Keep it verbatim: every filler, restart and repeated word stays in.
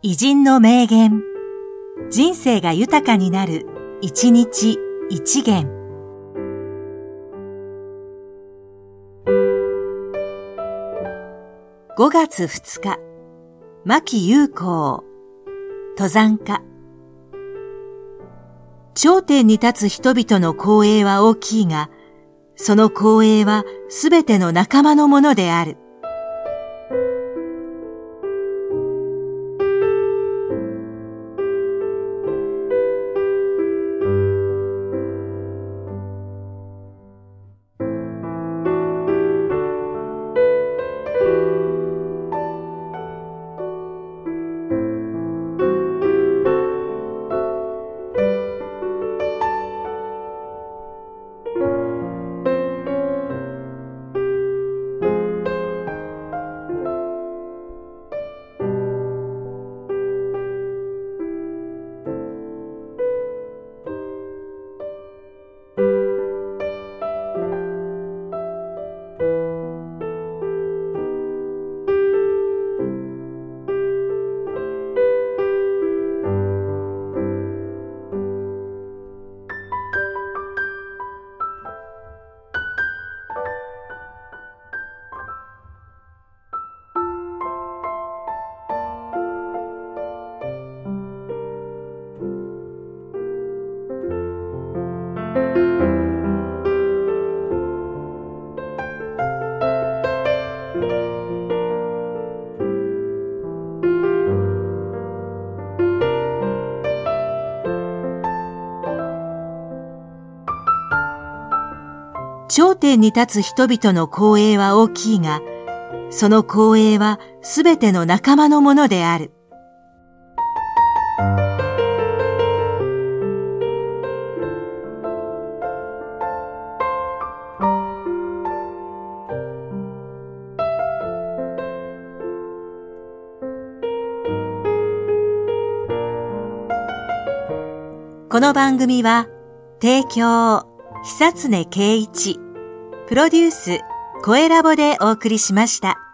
偉人の名言。人生が豊かになる、一日一元。ごがつふつか、牧裕光、登山家。頂点に立つ人々の光栄は大きいが、その光栄はすべての仲間のものである。頂点に立つ人々の光栄は大きいが、その光栄はすべての仲間のものである。この番組は、提供、久常圭一、プロデュース、声ラボでお送りしました。